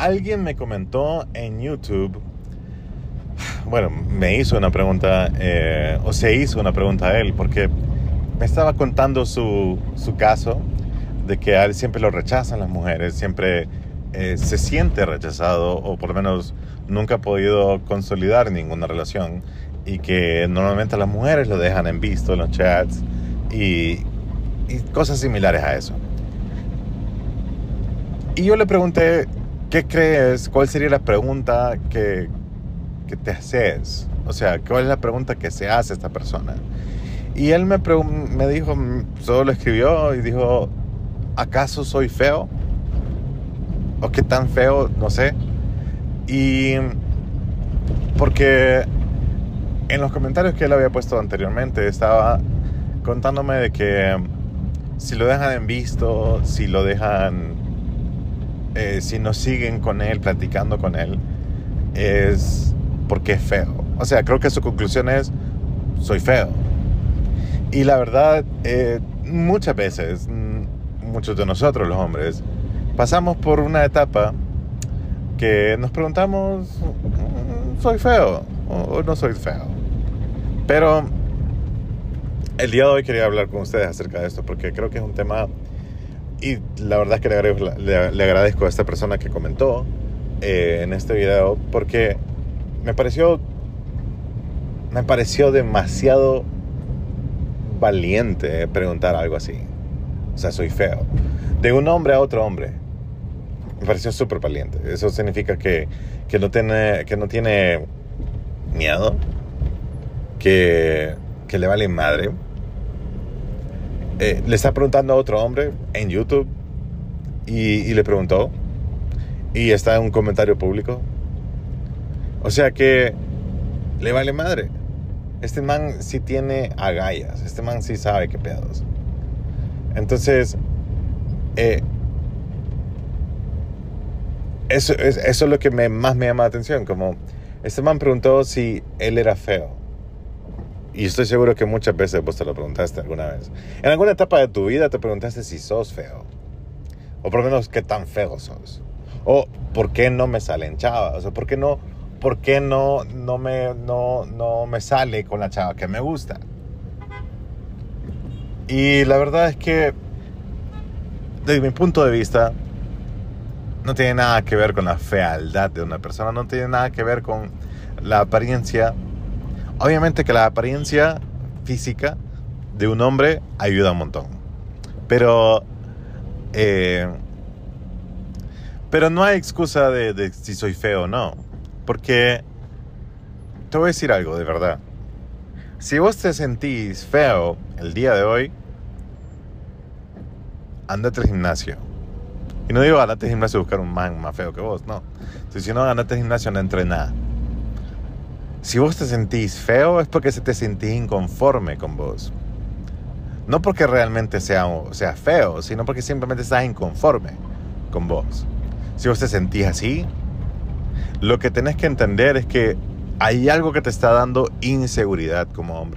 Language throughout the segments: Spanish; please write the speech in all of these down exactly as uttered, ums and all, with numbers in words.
alguien me comentó en YouTube, bueno, me hizo una pregunta, eh, o se hizo una pregunta a él, porque me estaba contando su, su caso de que a él siempre lo rechazan las mujeres, siempre eh, se siente rechazado, o por lo menos nunca ha podido consolidar ninguna relación, y que normalmente las mujeres lo dejan en visto en los chats y, y cosas similares a eso. Y yo le pregunté, ¿qué crees? ¿Cuál sería la pregunta que, que te haces? O sea, ¿cuál es la pregunta que se hace esta persona? Y él me, pregun- me dijo, solo lo escribió y dijo, ¿acaso soy feo? ¿O qué tan feo? No sé. Y porque en los comentarios que él había puesto anteriormente estaba contándome de que si lo dejan en visto, si lo dejan, eh, si no siguen con él, platicando con él, es porque es feo. O sea, creo que su conclusión es, soy feo. Y la verdad, eh, muchas veces, muchos de nosotros los hombres, pasamos por una etapa que nos preguntamos, ¿soy feo o no soy feo? Pero el día de hoy quería hablar con ustedes acerca de esto, porque creo que es un tema, y la verdad es que le agradezco, le, le agradezco a esta persona que comentó eh, en este video, porque me pareció, me pareció demasiado valiente preguntar algo así. O sea, soy feo. De un hombre a otro hombre. Me pareció súper valiente. Eso significa que, que, no tiene, que no tiene miedo. Que, que le vale madre. Eh, le está preguntando a otro hombre en YouTube. Y, y le preguntó. Y está en un comentario público. O sea que le vale madre. Este man sí tiene agallas. Este man sí sabe qué pedos. Entonces, eh, eso, es, eso es lo que me, más me llama la atención. Como este man preguntó si él era feo. Y estoy seguro que muchas veces vos te lo preguntaste alguna vez. En alguna etapa de tu vida te preguntaste si sos feo. O por lo menos qué tan feo sos. O por qué no me salen chavas. O sea, por qué no, por qué no, no, me, no, no me sale con la chava que me gusta. Y la verdad es que, desde mi punto de vista, no tiene nada que ver con la fealdad de una persona, no tiene nada que ver con la apariencia. Obviamente que la apariencia física de un hombre ayuda un montón. Pero, eh, pero no hay excusa de, de si soy feo o no. Porque, te voy a decir algo de verdad. Si vos te sentís feo el día de hoy, andate al gimnasio. Y no digo andate al gimnasio a buscar un man más feo que vos, no. Si no, andate al gimnasio a no entrenar. Si vos te sentís feo es porque se te sentís inconforme con vos. No porque realmente sea, sea feo, sino porque simplemente estás inconforme con vos. Si vos te sentís así, lo que tenés que entender es que hay algo que te está dando inseguridad como hombre.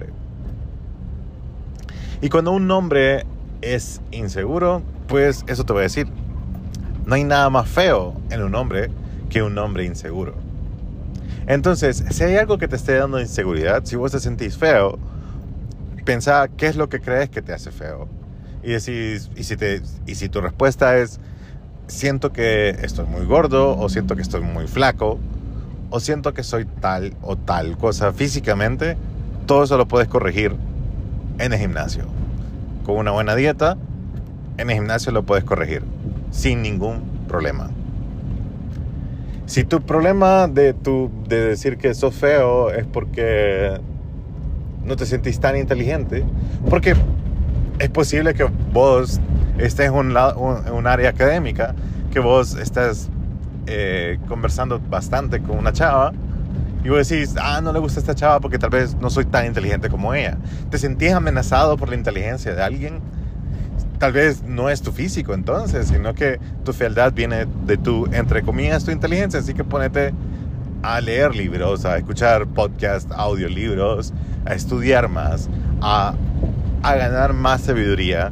Y cuando un hombre es inseguro, pues eso te voy a decir. No hay nada más feo en un hombre que un hombre inseguro. Entonces, si hay algo que te esté dando inseguridad, si vos te sentís feo, pensá qué es lo que crees que te hace feo. Y, decís, y, si te, y si tu respuesta es, siento que estoy muy gordo, o siento que estoy muy flaco, o siento que soy tal o tal cosa físicamente, todo eso lo puedes corregir en el gimnasio. Con una buena dieta, en el gimnasio lo puedes corregir sin ningún problema. Si tu problema de, tu, de decir que sos feo es porque no te sentís tan inteligente, porque es posible que vos estés en un, un, un área académica, que vos estés Eh, conversando bastante con una chava y vos decís, ah, no le gusta esta chava porque tal vez no soy tan inteligente como ella. Te sentís amenazado por la inteligencia de alguien. Tal vez no es tu físico entonces, sino que tu fealdad viene de tu, entre comillas, tu inteligencia. Así que ponete a leer libros, a escuchar podcasts, audiolibros, a estudiar más, a, a ganar más sabiduría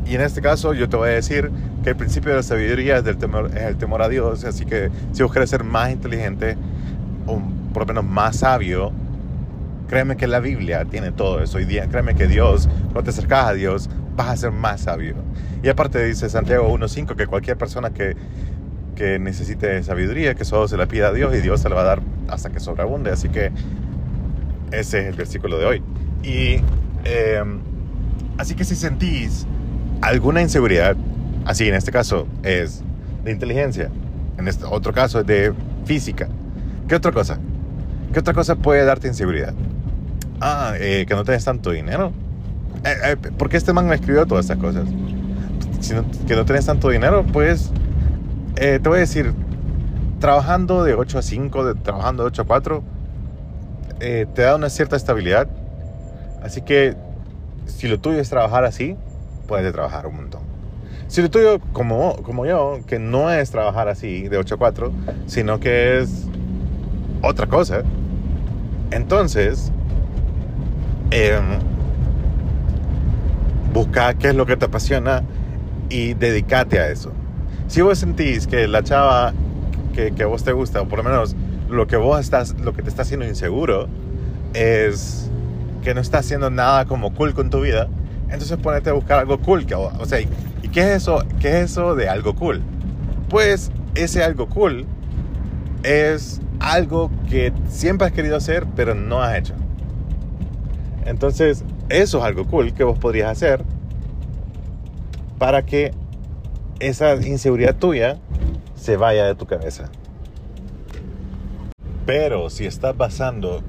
y en este caso yo te voy a decir que el principio de la sabiduría es, del temor, es el temor a Dios. Así que si vos querés ser más inteligente, o por lo menos más sabio, créeme que la Biblia tiene todo eso. Y créeme que Dios, cuando te acercas a Dios, vas a ser más sabio. Y aparte dice Santiago uno cinco que cualquier persona que, que necesite sabiduría, que solo se la pida a Dios, y Dios se la va a dar hasta que sobreabunde. Así que ese es el versículo de hoy. Y eh, así que si sentís alguna inseguridad, así en este caso es de inteligencia, en este otro caso es de física, ¿qué otra cosa? ¿Qué otra cosa puede darte inseguridad? Ah, eh, que no tenés tanto dinero. Eh, eh, ¿Por qué este man me escribió todas estas cosas? Si no, que no tenés tanto dinero, pues eh, te voy a decir, trabajando de ocho a cinco, de, trabajando de ocho a cuatro, eh, te da una cierta estabilidad. Así que si lo tuyo es trabajar así, puedes trabajar un montón. Si lo tuyo, como, como yo, que no es trabajar así de ocho a cuatro, sino que es otra cosa, entonces eh, busca qué es lo que te apasiona y dedícate a eso. Si vos sentís que la chava que, que a vos te gusta, o por lo menos lo que vos estás, lo que te está haciendo inseguro, es que no estás haciendo nada como cool con tu vida, entonces ponete a buscar algo cool. Que, o sea, ¿y qué es eso? ¿Qué es eso de algo cool? Pues ese algo cool es algo que siempre has querido hacer, pero no has hecho. Entonces, eso es algo cool que vos podrías hacer para que esa inseguridad tuya se vaya de tu cabeza. Pero si estás basando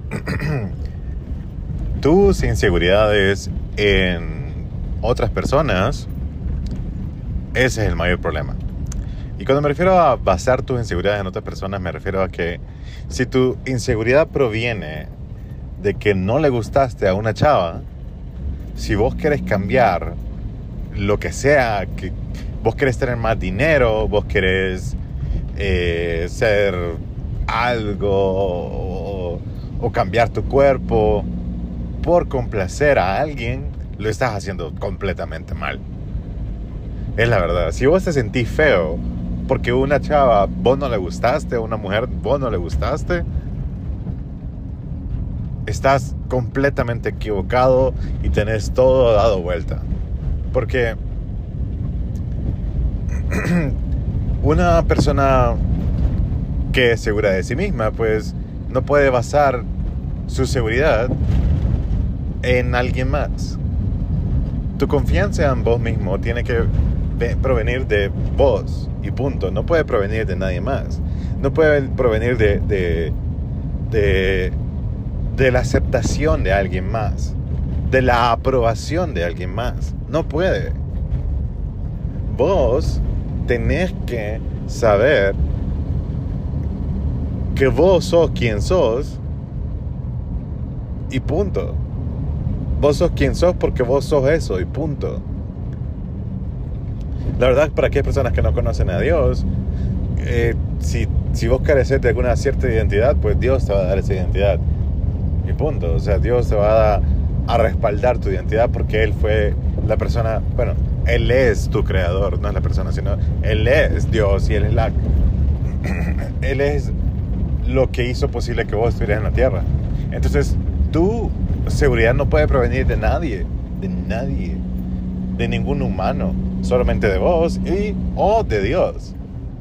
tus inseguridades en otras personas, ese es el mayor problema. Y cuando me refiero a basar tus inseguridades en otras personas, me refiero a que si tu inseguridad proviene de que no le gustaste a una chava, si vos querés cambiar lo que sea, que vos querés tener más dinero, vos querés eh, ser algo o, o cambiar tu cuerpo por complacer a alguien, lo estás haciendo completamente mal. Es la verdad. Si vos te sentís feo porque una chava vos no le gustaste, a una mujer vos no le gustaste, estás completamente equivocado y tenés todo dado vuelta. Porque una persona que es segura de sí misma, pues no puede basar su seguridad en alguien más. Tu confianza en vos mismo tiene que provenir de vos y punto. No puede provenir de nadie más. No puede provenir de, de, de, de la aceptación de alguien más, de la aprobación de alguien más. No puede. Vos tenés que saber que vos sos quien sos y punto. Vos sos quien sos porque vos sos eso y punto. La verdad, para aquellas personas que no conocen a Dios, eh, si, si vos careces de alguna cierta identidad, pues Dios te va a dar esa identidad y punto. O sea, Dios te va a, dar, a respaldar tu identidad porque Él fue la persona, bueno, Él es tu creador, no es la persona, sino Él es Dios y Él es la Él es lo que hizo posible que vos estuvieras en la tierra. Entonces, tu seguridad no puede provenir de nadie, de nadie, de ningún humano, solamente de vos y o de Dios.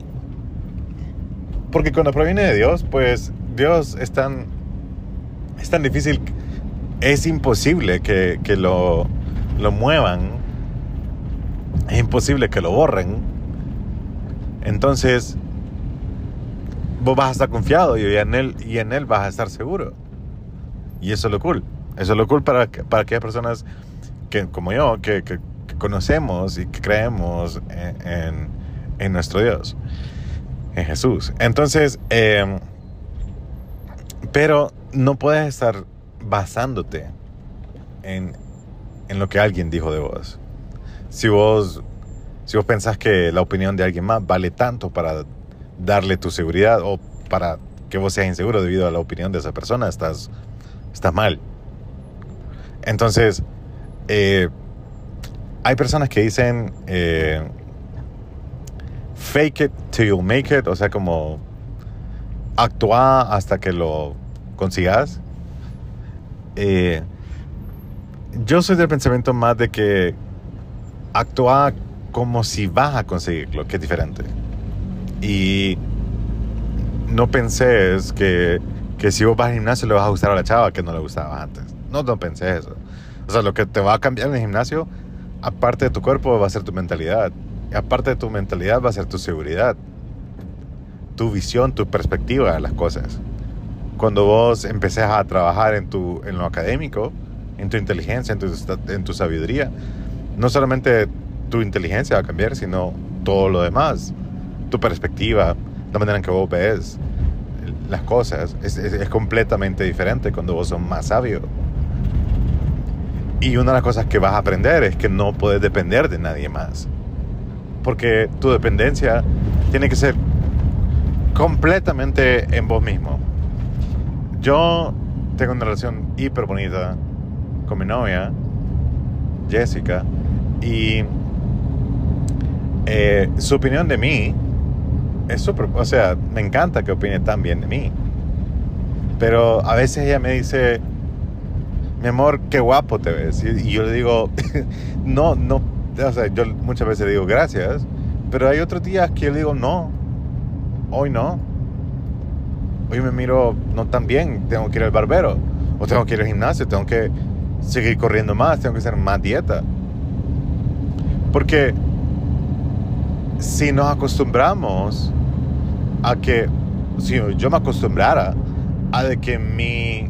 Porque cuando proviene de Dios, pues Dios es tan, es tan difícil, es imposible que, que lo, lo muevan, es imposible que lo borren. Entonces, vos vas a estar confiado y en él, y en él vas a estar seguro. Y eso es lo cool. Eso es lo cool para, para aquellas personas que, como yo, que, que, que conocemos y que creemos en, en, en nuestro Dios, en Jesús. Entonces, eh, pero no puedes estar basándote en, en lo que alguien dijo de vos. Si vos, si vos pensás que la opinión de alguien más vale tanto para darle tu seguridad o para que vos seas inseguro debido a la opinión de esa persona, estás, estás mal. Entonces, eh, hay personas que dicen eh, fake it till you make it, o sea, como actúa hasta que lo consigas. Eh, yo soy del pensamiento más de que actúa como si vas a conseguirlo, que es diferente. Y no penses que, que si vos vas al gimnasio le vas a gustar a la chava que no le gustaba antes. No, no penses eso. O sea, lo que te va a cambiar en el gimnasio, aparte de tu cuerpo, va a ser tu mentalidad. Y aparte de tu mentalidad, va a ser tu seguridad, tu visión, tu perspectiva de las cosas. Cuando vos empecés a trabajar en, tu, en lo académico, en tu inteligencia, en tu, en tu sabiduría, no solamente tu inteligencia va a cambiar, sino todo lo demás. Tu perspectiva, la manera en que vos ves las cosas, es, es, es completamente diferente cuando vos sos más sabio. Y una de las cosas que vas a aprender es que no puedes depender de nadie más. Porque tu dependencia tiene que ser completamente en vos mismo. Yo tengo una relación hiper bonita con mi novia, Jessica, y eh, su opinión de mí es súper, o sea, me encanta que opine tan bien de mí. Pero a veces ella me dice, mi amor, qué guapo te ves. Y, y yo le digo, no, no, o sea, yo muchas veces le digo gracias, pero hay otros días que yo le digo, no, hoy no. Hoy me miro no tan bien, tengo que ir al barbero, o tengo que ir al gimnasio, tengo que seguir corriendo más, tengo que hacer más dieta. Porque si nos acostumbramos a que, si yo me acostumbrara a de que mi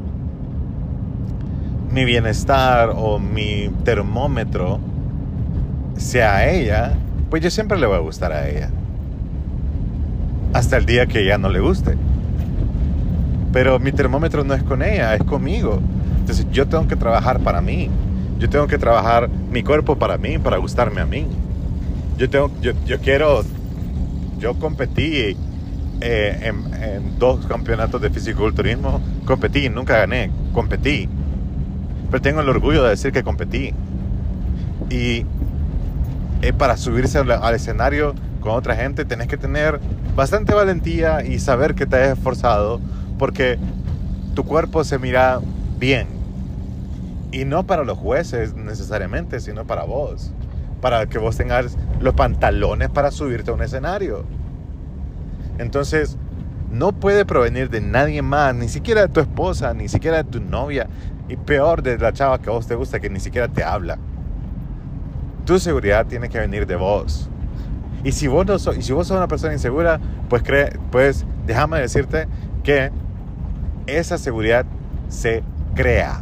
mi bienestar o mi termómetro sea ella, pues yo siempre le voy a gustar a ella hasta el día que ella no le guste. Pero mi termómetro no es con ella, es conmigo. Entonces yo tengo que trabajar para mí. Yo tengo que trabajar mi cuerpo para mí, para gustarme a mí. Yo tengo, yo, yo quiero, yo competí eh, en, en dos campeonatos de fisiculturismo, competí, nunca gané, competí. Pero tengo el orgullo de decir que competí. Y eh, para subirse al, al escenario con otra gente tenés que tener bastante valentía y saber que te has esforzado, porque tu cuerpo se mira bien. Y no para los jueces necesariamente, sino para vos. Para que vos tengas los pantalones para subirte a un escenario. Entonces, no puede provenir de nadie más, ni siquiera de tu esposa, ni siquiera de tu novia, y peor de la chava que a vos te gusta, que ni siquiera te habla. Tu seguridad tiene que venir de vos. Y si vos, no so, y si vos sos una persona insegura, pues, cree, pues déjame decirte que esa seguridad se crea.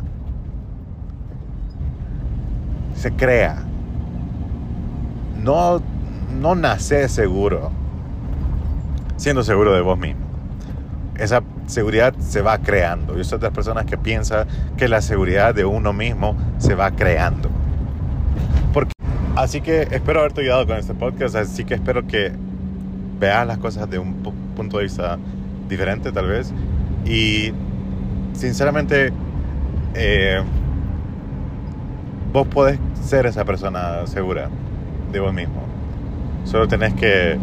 Se crea. No, no nacés seguro siendo seguro de vos mismo. Esa seguridad se va creando. Yo soy de las personas que piensan que la seguridad de uno mismo se va creando. Porque, así que espero haberte ayudado con este podcast. Así que espero que veas las cosas de un punto de vista diferente, tal vez. Y sinceramente, eh, vos podés ser esa persona segura de vos mismo. Solo tenés que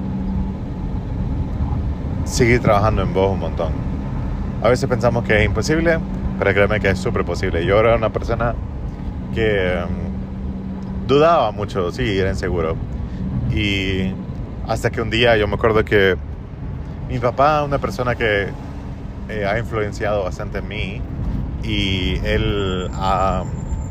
seguir trabajando en vos un montón. A veces pensamos que es imposible, pero créeme que es súper posible. Yo era una persona que um, dudaba mucho, sí, era inseguro. Y hasta que un día yo me acuerdo que mi papá, una persona que eh, ha influenciado bastante en mí, y él ha,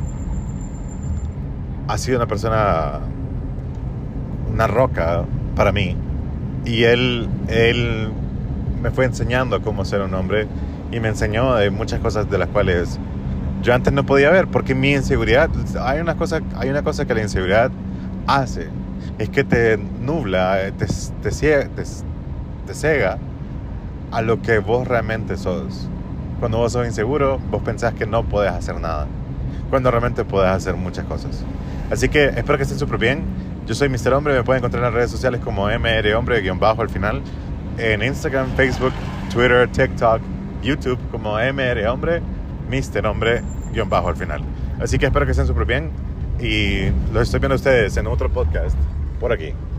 ha sido una persona, una roca para mí. Y él, él me fue enseñando cómo ser un hombre y me enseñó de muchas cosas de las cuales yo antes no podía ver, porque mi inseguridad, hay una cosa, hay una cosa que la inseguridad hace, es que te nubla, te, te, ciega, te, te cega a lo que vos realmente sos. Cuando vos sos inseguro, vos pensás que no podés hacer nada, cuando realmente podés hacer muchas cosas. Así que espero que estén súper bien. Yo soy mister Hombre, me pueden encontrar en las redes sociales como M R Hombre guión bajo al final, en Instagram, Facebook, Twitter, TikTok, YouTube como M R Hombre, mister Hombre guión bajo al final. Así que espero que estén súper bien Y los estoy viendo a ustedes en otro podcast por aquí.